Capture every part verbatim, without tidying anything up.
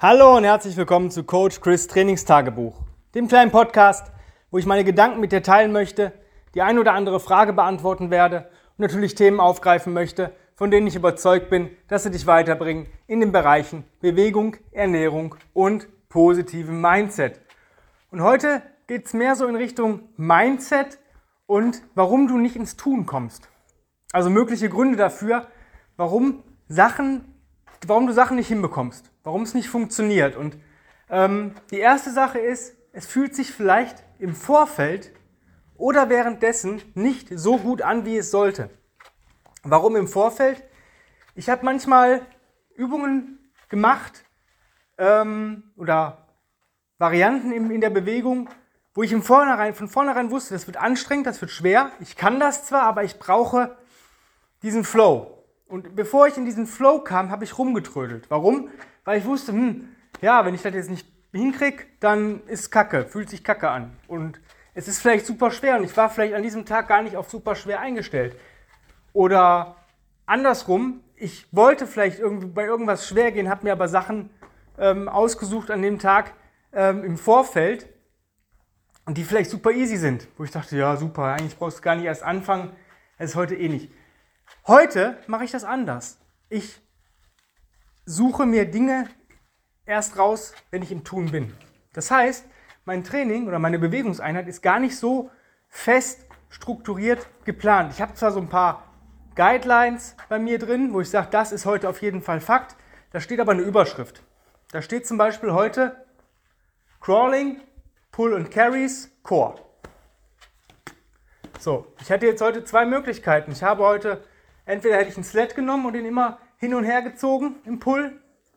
Hallo und herzlich willkommen zu Coach Chris Trainingstagebuch, dem kleinen Podcast, wo ich meine Gedanken mit dir teilen möchte, die ein oder andere Frage beantworten werde und natürlich Themen aufgreifen möchte, von denen ich überzeugt bin, dass sie dich weiterbringen in den Bereichen Bewegung, Ernährung und positivem Mindset. Und heute geht es mehr so in Richtung Mindset und warum du nicht ins Tun kommst. Also mögliche Gründe dafür, warum Sachen, warum du Sachen nicht hinbekommst, warum es nicht funktioniert. Und ähm, die erste Sache ist, es fühlt sich vielleicht im Vorfeld oder währenddessen nicht so gut an, wie es sollte. Warum im Vorfeld? Ich habe manchmal Übungen gemacht ähm, oder Varianten in, in der Bewegung, wo ich im Vornherein, von vornherein wusste, das wird anstrengend, das wird schwer. Ich kann das zwar, aber ich brauche diesen Flow. Und bevor ich in diesen Flow kam, habe ich rumgetrödelt. Warum? Weil ich wusste, hm, ja, wenn ich das jetzt nicht hinkriege, dann ist Kacke, fühlt sich Kacke an. Und es ist vielleicht super schwer und ich war vielleicht an diesem Tag gar nicht auf super schwer eingestellt. Oder andersrum, ich wollte vielleicht irgendwie bei irgendwas schwer gehen, habe mir aber Sachen ähm, ausgesucht an dem Tag ähm, im Vorfeld, und die vielleicht super easy sind. Wo ich dachte, ja super, eigentlich brauchst du gar nicht erst anfangen, es ist heute eh nicht. Heute mache ich das anders. Ich suche mir Dinge erst raus, wenn ich im Tun bin. Das heißt, mein Training oder meine Bewegungseinheit ist gar nicht so fest strukturiert geplant. Ich habe zwar so ein paar Guidelines bei mir drin, wo ich sage, das ist heute auf jeden Fall Fakt. Da steht aber eine Überschrift. Da steht zum Beispiel heute Crawling, Pull and Carries, Core. So, ich hatte jetzt heute zwei Möglichkeiten. Ich habe heute, entweder hätte ich einen Sled genommen und ihn immer hin und her gezogen im Pull,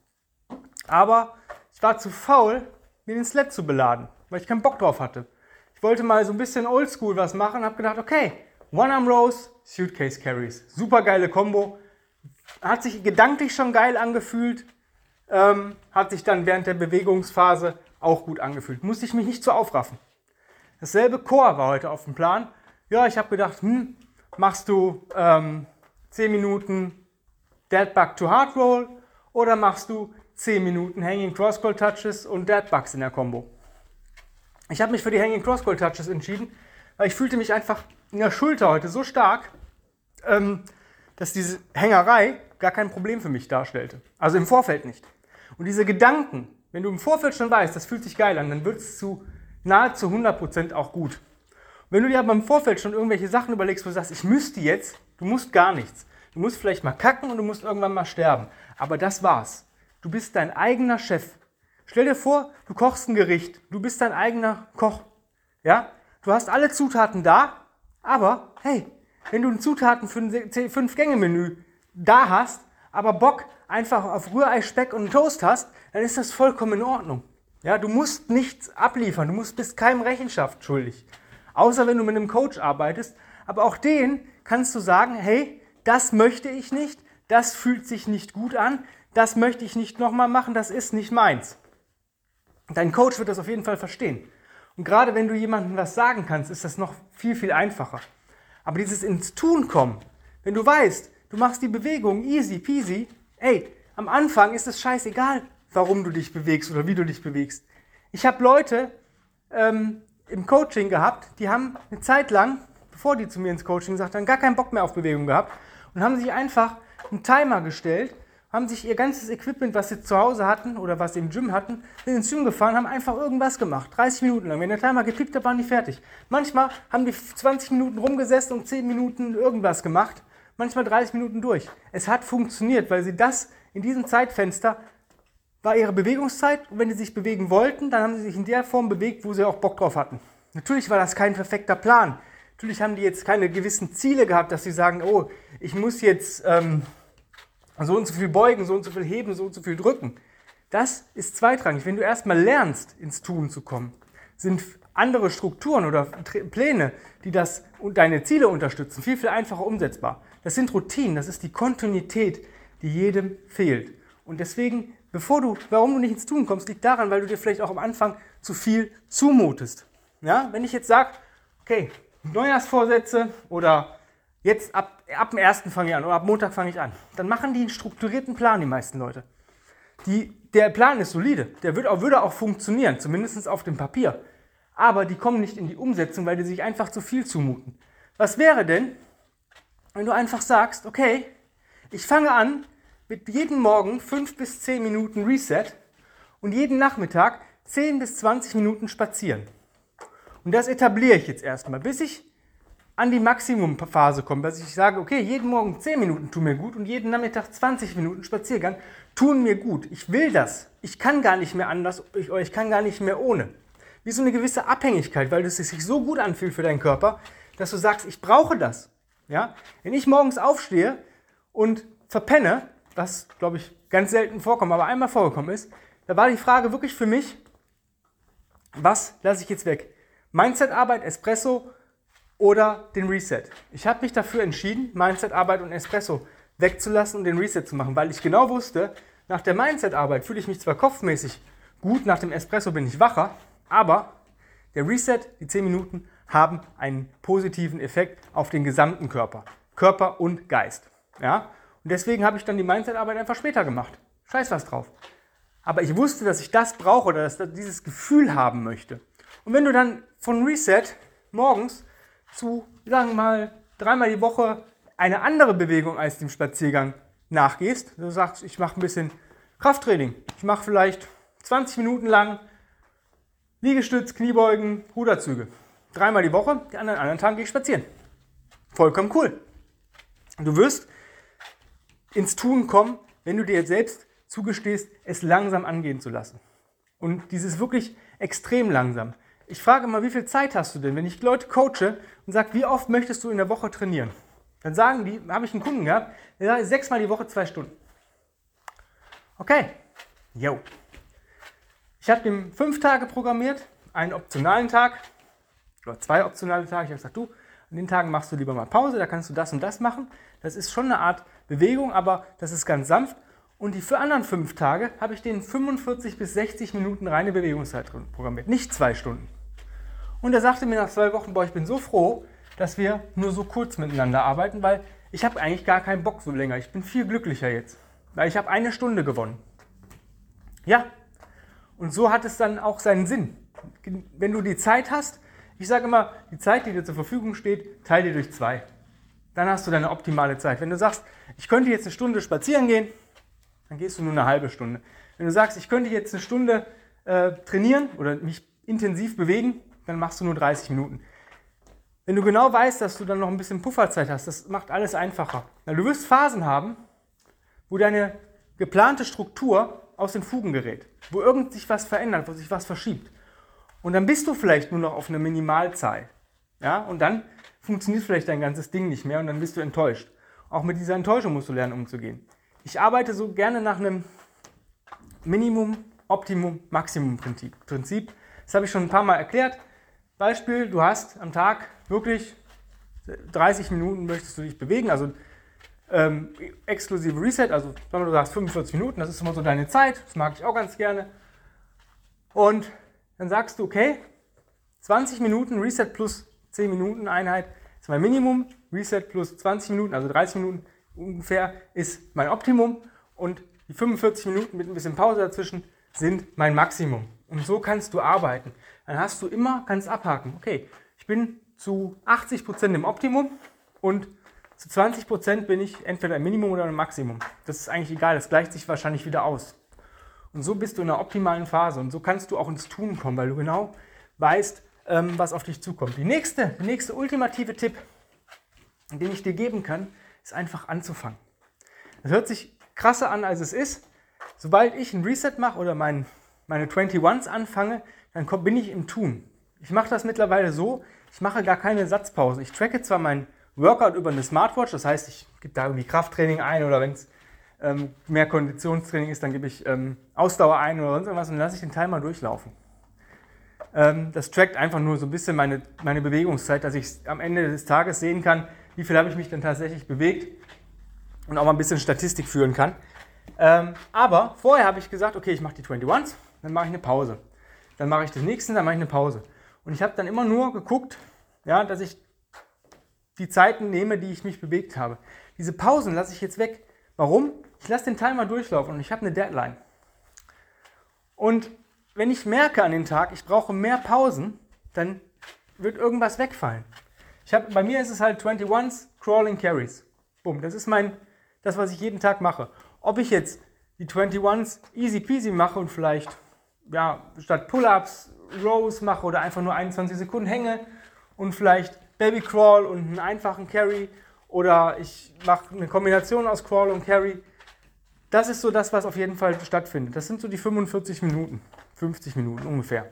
aber ich war zu faul, mir den Sled zu beladen, weil ich keinen Bock drauf hatte. Ich wollte mal so ein bisschen oldschool was machen und habe gedacht, okay, One-Arm Rows, Suitcase Carries. Super geile Kombo. Hat sich gedanklich schon geil angefühlt, ähm, hat sich dann während der Bewegungsphase auch gut angefühlt. Musste ich mich nicht zu aufraffen. Dasselbe Core war heute auf dem Plan. Ja, ich habe gedacht, hm, machst du ähm, zehn Minuten Dead Bug to Hard Roll oder machst du zehn Minuten Hanging Cross Crawl Touches und Dead Bugs in der Combo. Ich habe mich für die Hanging Cross Crawl Touches entschieden, weil ich fühlte mich einfach in der Schulter heute so stark, ähm, dass diese Hängerei gar kein Problem für mich darstellte. Also im Vorfeld nicht. Und diese Gedanken, wenn du im Vorfeld schon weißt, das fühlt sich geil an, dann wird es zu nahezu hundert Prozent auch gut. Und wenn du dir aber im Vorfeld schon irgendwelche Sachen überlegst, wo du sagst, ich müsste jetzt, du musst gar nichts. Du musst vielleicht mal kacken und du musst irgendwann mal sterben. Aber das war's. Du bist dein eigener Chef. Stell dir vor, du kochst ein Gericht. Du bist dein eigener Koch. Ja? Du hast alle Zutaten da, aber hey, wenn du Zutaten für ein fünf-Gänge-Menü da hast, aber Bock einfach auf Rührei, Speck und Toast hast, dann ist das vollkommen in Ordnung. Ja? Du musst nichts abliefern. Du musst, bist keinem Rechenschaft schuldig. Außer wenn du mit einem Coach arbeitest. Aber auch den kannst du sagen, hey, das möchte ich nicht, das fühlt sich nicht gut an, das möchte ich nicht nochmal machen, das ist nicht meins. Dein Coach wird das auf jeden Fall verstehen. Und gerade wenn du jemandem was sagen kannst, ist das noch viel, viel einfacher. Aber dieses ins Tun kommen, wenn du weißt, du machst die Bewegung easy peasy, ey, am Anfang ist es scheißegal, warum du dich bewegst oder wie du dich bewegst. Ich habe Leute ähm, im Coaching gehabt, die haben eine Zeit lang, bevor die zu mir ins Coaching gesagt haben, gar keinen Bock mehr auf Bewegung gehabt und haben sich einfach einen Timer gestellt, haben sich ihr ganzes Equipment, was sie zu Hause hatten oder was sie im Gym hatten, sind ins Gym gefahren, haben einfach irgendwas gemacht, dreißig Minuten lang. Wenn der Timer gepiept hat, waren die fertig. Manchmal haben die zwanzig Minuten rumgesessen und zehn Minuten irgendwas gemacht, manchmal dreißig Minuten durch. Es hat funktioniert, weil sie das in diesem Zeitfenster war ihre Bewegungszeit, und wenn sie sich bewegen wollten, dann haben sie sich in der Form bewegt, wo sie auch Bock drauf hatten. Natürlich war das kein perfekter Plan. Natürlich haben die jetzt keine gewissen Ziele gehabt, dass sie sagen, oh, ich muss jetzt ähm, so und so viel beugen, so und so viel heben, so und so viel drücken. Das ist zweitrangig. Wenn du erstmal lernst, ins Tun zu kommen, sind andere Strukturen oder Pläne, die das und deine Ziele unterstützen, viel, viel einfacher umsetzbar. Das sind Routinen, das ist die Kontinuität, die jedem fehlt. Und deswegen, bevor du, warum du nicht ins Tun kommst, liegt daran, weil du dir vielleicht auch am Anfang zu viel zumutest. Ja? Wenn ich jetzt sage, okay, Neujahrsvorsätze oder jetzt ab, ab dem ersten fange ich an oder ab Montag fange ich an, dann machen die einen strukturierten Plan, die meisten Leute. Die, der Plan ist solide, der wird auch, würde auch funktionieren, zumindest auf dem Papier. Aber die kommen nicht in die Umsetzung, weil die sich einfach zu viel zumuten. Was wäre denn, wenn du einfach sagst, okay, ich fange an mit jeden Morgen fünf bis zehn Minuten Reset und jeden Nachmittag zehn bis zwanzig Minuten spazieren. Und das etabliere ich jetzt erstmal, bis ich an die Maximumphase komme, dass ich sage, okay, jeden Morgen zehn Minuten tun mir gut und jeden Nachmittag zwanzig Minuten Spaziergang tun mir gut. Ich will das. Ich kann gar nicht mehr anders, ich, ich kann gar nicht mehr ohne. Wie so eine gewisse Abhängigkeit, weil es sich so gut anfühlt für deinen Körper, dass du sagst, ich brauche das. Ja? Wenn ich morgens aufstehe und verpenne, was, glaube ich, ganz selten vorkommt, aber einmal vorgekommen ist, da war die Frage wirklich für mich, was lasse ich jetzt weg? Mindset-Arbeit, Espresso oder den Reset. Ich habe mich dafür entschieden, Mindset-Arbeit und Espresso wegzulassen und den Reset zu machen, weil ich genau wusste, nach der Mindset-Arbeit fühle ich mich zwar kopfmäßig gut, nach dem Espresso bin ich wacher, aber der Reset, die zehn Minuten, haben einen positiven Effekt auf den gesamten Körper. Körper und Geist. Ja? Und deswegen habe ich dann die Mindset-Arbeit einfach später gemacht. Scheiß was drauf. Aber ich wusste, dass ich das brauche oder dass ich dieses Gefühl haben möchte. Und wenn du dann von Reset morgens zu, sagen wir mal, dreimal die Woche eine andere Bewegung als dem Spaziergang nachgehst, du sagst, ich mache ein bisschen Krafttraining. Ich mache vielleicht zwanzig Minuten lang Liegestütz, Kniebeugen, Ruderzüge. Dreimal die Woche, die anderen, anderen Tagen gehe ich spazieren. Vollkommen cool. Du wirst ins Tun kommen, wenn du dir selbst zugestehst, es langsam angehen zu lassen. Und dieses wirklich extrem langsam. Ich frage immer, wie viel Zeit hast du denn, wenn ich Leute coache und sage, wie oft möchtest du in der Woche trainieren? Dann sagen die, habe ich einen Kunden gehabt, der sagt, sechsmal die Woche zwei Stunden. Okay, yo. Ich habe ihm fünf Tage programmiert, einen optionalen Tag, oder zwei optionale Tage. Ich habe gesagt, du, an den Tagen machst du lieber mal Pause, da kannst du das und das machen. Das ist schon eine Art Bewegung, aber das ist ganz sanft. Und die für anderen fünf Tage habe ich denen fünfundvierzig bis sechzig Minuten reine Bewegungszeit drin programmiert, nicht zwei Stunden. Und er sagte mir nach zwei Wochen, boah, ich bin so froh, dass wir nur so kurz miteinander arbeiten, weil ich habe eigentlich gar keinen Bock so länger. Ich bin viel glücklicher jetzt, weil ich habe eine Stunde gewonnen. Ja, und so hat es dann auch seinen Sinn. Wenn du die Zeit hast, ich sage immer, die Zeit, die dir zur Verfügung steht, teile die durch zwei. Dann hast du deine optimale Zeit. Wenn du sagst, ich könnte jetzt eine Stunde spazieren gehen, dann gehst du nur eine halbe Stunde. Wenn du sagst, ich könnte jetzt eine Stunde äh, trainieren oder mich intensiv bewegen, dann machst du nur dreißig Minuten. Wenn du genau weißt, dass du dann noch ein bisschen Pufferzeit hast, das macht alles einfacher. Na, du wirst Phasen haben, wo deine geplante Struktur aus den Fugen gerät, wo irgend sich was verändert, wo sich was verschiebt. Und dann bist du vielleicht nur noch auf einer Minimalzahl. Ja? Und dann funktioniert vielleicht dein ganzes Ding nicht mehr und dann bist du enttäuscht. Auch mit dieser Enttäuschung musst du lernen, umzugehen. Ich arbeite so gerne nach einem Minimum, Optimum, Maximum-Prinzip. Prinzip, das habe ich schon ein paar Mal erklärt. Beispiel, du hast am Tag wirklich dreißig Minuten möchtest du dich bewegen, also ähm, exklusive Reset, also sagen wir, du sagst fünfundvierzig Minuten, das ist immer so deine Zeit, das mag ich auch ganz gerne. Und dann sagst du, okay, zwanzig Minuten Reset plus zehn Minuten Einheit ist mein Minimum, Reset plus zwanzig Minuten, also dreißig Minuten ungefähr ist mein Optimum und die fünfundvierzig Minuten mit ein bisschen Pause dazwischen sind mein Maximum. Und so kannst du arbeiten. Dann hast du immer, kannst abhaken, okay, ich bin zu achtzig Prozent im Optimum und zu zwanzig Prozent bin ich entweder im Minimum oder im Maximum. Das ist eigentlich egal, das gleicht sich wahrscheinlich wieder aus. Und so bist du in einer optimalen Phase und so kannst du auch ins Tun kommen, weil du genau weißt, ähm, was auf dich zukommt. Die nächste, der nächste ultimative Tipp, den ich dir geben kann, ist einfach anzufangen. Das hört sich krasser an, als es ist. Sobald ich ein Reset mache oder mein, meine einundzwanzigs anfange, dann komm, bin ich im Tun. Ich mache das mittlerweile so, ich mache gar keine Satzpausen. Ich tracke zwar mein Workout über eine Smartwatch, das heißt, ich gebe da irgendwie Krafttraining ein oder wenn es ähm, mehr Konditionstraining ist, dann gebe ich ähm, Ausdauer ein oder sonst irgendwas und dann lasse ich den Timer durchlaufen. Ähm, das trackt einfach nur so ein bisschen meine, meine Bewegungszeit, dass ich am Ende des Tages sehen kann, wie viel habe ich mich denn tatsächlich bewegt und auch mal ein bisschen Statistik führen kann. Ähm, aber vorher habe ich gesagt, okay, ich mache die einundzwanzigs, dann mache ich eine Pause. Dann mache ich den nächsten, dann mache ich eine Pause. Und ich habe dann immer nur geguckt, ja, dass ich die Zeiten nehme, die ich mich bewegt habe. Diese Pausen lasse ich jetzt weg. Warum? Ich lasse den Timer durchlaufen und ich habe eine Deadline. Und wenn ich merke an den Tag, ich brauche mehr Pausen, dann wird irgendwas wegfallen. Ich hab, bei mir ist es halt einundzwanzig Crawling Carries. Bumm, das ist mein, das, was ich jeden Tag mache. Ob ich jetzt die einundzwanzig easy peasy mache und vielleicht ja, statt Pull-Ups Rows mache oder einfach nur einundzwanzig Sekunden hänge und vielleicht Baby Crawl und einen einfachen Carry oder ich mache eine Kombination aus Crawl und Carry. Das ist so das, was auf jeden Fall stattfindet. Das sind so die fünfundvierzig Minuten, fünfzig Minuten ungefähr.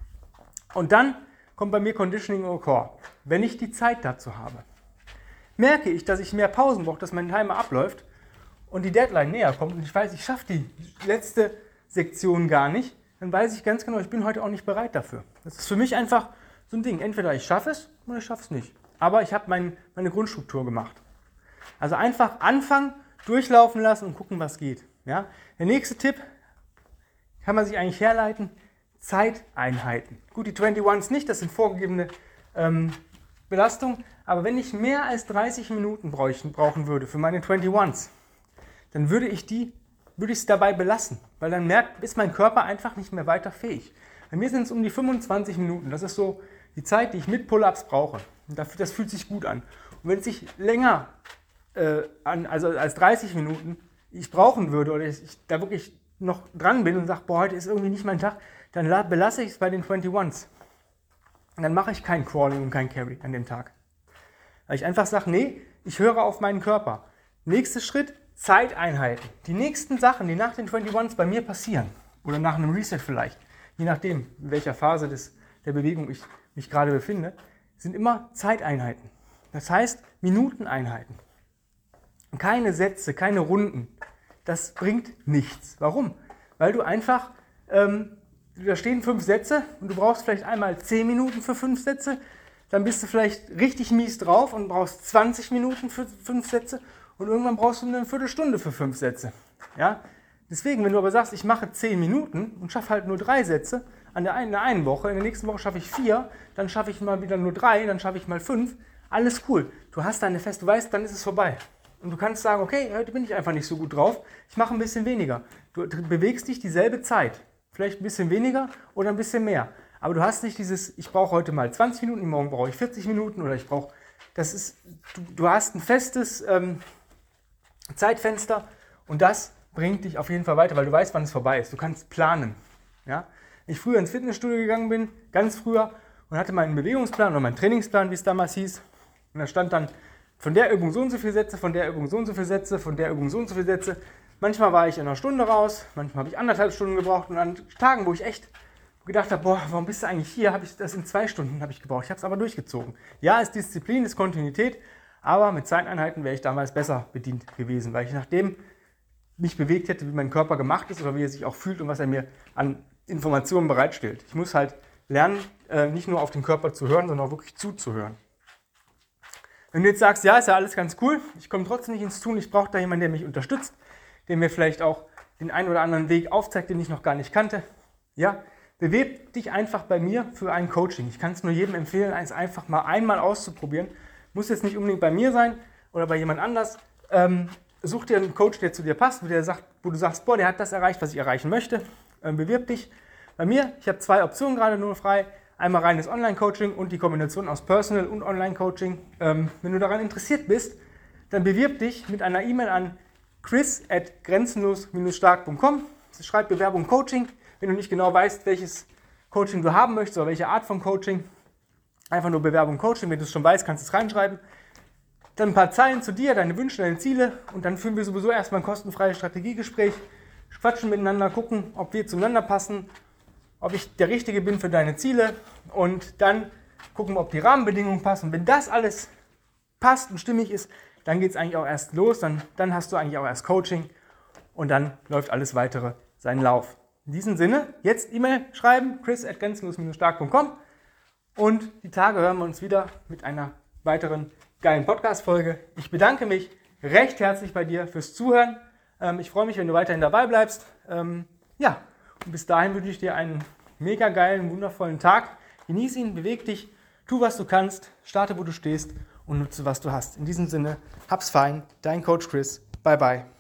Und dann kommt bei mir Conditioning or Core. Wenn ich die Zeit dazu habe, merke ich, dass ich mehr Pausen brauche, dass mein Timer abläuft und die Deadline näher kommt und ich weiß, ich schaffe die letzte Sektion gar nicht, dann weiß ich ganz genau, ich bin heute auch nicht bereit dafür. Das ist für mich einfach so ein Ding. Entweder ich schaffe es oder ich schaffe es nicht. Aber ich habe mein, meine Grundstruktur gemacht. Also einfach anfangen, durchlaufen lassen und gucken, was geht. Ja? Der nächste Tipp kann man sich eigentlich herleiten, Zeiteinheiten. Gut, die einundzwanzig nicht, das sind vorgegebene ähm, Belastungen, aber wenn ich mehr als dreißig Minuten bräuchten, brauchen würde für meine einundzwanzig, dann würde ich die, würde ich es dabei belassen, weil dann merkt, ist mein Körper einfach nicht mehr weiter fähig. Bei mir sind es um die fünfundzwanzig Minuten, das ist so die Zeit, die ich mit Pull-Ups brauche. Und dafür, das fühlt sich gut an. Und wenn es sich länger äh, an, also als dreißig Minuten ich brauchen würde oder ich, ich da wirklich noch dran bin und sage, boah, heute ist irgendwie nicht mein Tag, dann belasse ich es bei den einundzwanzig. Und dann mache ich kein Crawling und kein Carry an dem Tag. Weil ich einfach sage, nee, ich höre auf meinen Körper. Nächster Schritt, Zeiteinheiten. Die nächsten Sachen, die nach den einundzwanzig bei mir passieren, oder nach einem Reset vielleicht, je nachdem, in welcher Phase des, der Bewegung ich mich gerade befinde, sind immer Zeiteinheiten. Das heißt, Minuteneinheiten. Keine Sätze, keine Runden. Das bringt nichts. Warum? Weil du einfach, ähm, da stehen fünf Sätze und du brauchst vielleicht einmal zehn Minuten für fünf Sätze, dann bist du vielleicht richtig mies drauf und brauchst zwanzig Minuten für fünf Sätze und irgendwann brauchst du eine Viertelstunde für fünf Sätze. Ja? Deswegen, wenn du aber sagst, ich mache zehn Minuten und schaffe halt nur drei Sätze, an der einen, in der einen Woche, in der nächsten Woche schaffe ich vier, dann schaffe ich mal wieder nur drei, dann schaffe ich mal fünf, alles cool. Du hast deine Fest, du weißt, dann ist es vorbei. Und du kannst sagen, okay, heute bin ich einfach nicht so gut drauf, ich mache ein bisschen weniger. Du bewegst dich dieselbe Zeit, vielleicht ein bisschen weniger oder ein bisschen mehr. Aber du hast nicht dieses, ich brauche heute mal zwanzig Minuten, morgen brauche ich vierzig Minuten oder ich brauche, das ist, du, du hast ein festes ähm, Zeitfenster und das bringt dich auf jeden Fall weiter, weil du weißt, wann es vorbei ist. Du kannst planen. Ja? Wenn ich früher ins Fitnessstudio gegangen bin, ganz früher, und hatte meinen Bewegungsplan oder meinen Trainingsplan, wie es damals hieß, und da stand dann von der Übung so und so viele Sätze, von der Übung so und so viele Sätze, von der Übung so und so viele Sätze. Manchmal war ich in einer Stunde raus, manchmal habe ich anderthalb Stunden gebraucht und an Tagen, wo ich echt gedacht habe, boah, warum bist du eigentlich hier, habe ich das in zwei Stunden habe ich gebraucht. Ich habe es aber durchgezogen. Ja, ist Disziplin, ist Kontinuität, aber mit Zeiteinheiten wäre ich damals besser bedient gewesen, weil ich nachdem mich bewegt hätte, wie mein Körper gemacht ist oder wie er sich auch fühlt und was er mir an Informationen bereitstellt. Ich muss halt lernen, äh, nicht nur auf den Körper zu hören, sondern auch wirklich zuzuhören. Wenn du jetzt sagst, ja, ist ja alles ganz cool, ich komme trotzdem nicht ins Tun, ich brauche da jemanden, der mich unterstützt, der mir vielleicht auch den einen oder anderen Weg aufzeigt, den ich noch gar nicht kannte, ja, bewirb dich einfach bei mir für ein Coaching. Ich kann es nur jedem empfehlen, es einfach mal einmal auszuprobieren. Muss jetzt nicht unbedingt bei mir sein oder bei jemand anders. Ähm, such dir einen Coach, der zu dir passt, wo, der sagt, wo du sagst, boah, der hat das erreicht, was ich erreichen möchte. Ähm, bewirb dich bei mir. Ich habe zwei Optionen gerade nur frei. Einmal reines Online-Coaching und die Kombination aus Personal- und Online-Coaching. Ähm, wenn du daran interessiert bist, dann bewirb dich mit einer E-Mail an chris at grenzenlos stark punkt com. Schreib Bewerbung Coaching. Wenn du nicht genau weißt, welches Coaching du haben möchtest oder welche Art von Coaching, einfach nur Bewerbung Coaching. Wenn du es schon weißt, kannst du es reinschreiben. Dann ein paar Zeilen zu dir, deine Wünsche, deine Ziele und dann führen wir sowieso erstmal ein kostenfreies Strategiegespräch, quatschen miteinander, gucken, ob wir zueinander passen, ob ich der Richtige bin für deine Ziele und dann gucken, ob die Rahmenbedingungen passen. Wenn das alles passt und stimmig ist, dann geht es eigentlich auch erst los, dann, dann hast du eigentlich auch erst Coaching und dann läuft alles weitere seinen Lauf. In diesem Sinne, jetzt E-Mail schreiben, chris at grenzenlos stark punkt com und die Tage hören wir uns wieder mit einer weiteren geilen Podcast-Folge. Ich bedanke mich recht herzlich bei dir fürs Zuhören. Ähm, ich freue mich, wenn du weiterhin dabei bleibst. Ähm, ja, und bis dahin wünsche ich dir einen mega geilen, wundervollen Tag. Genieß ihn, beweg dich, tu, was du kannst, starte, wo du stehst und nutze, was du hast. In diesem Sinne, hab's fein, dein Coach Chris. Bye, bye.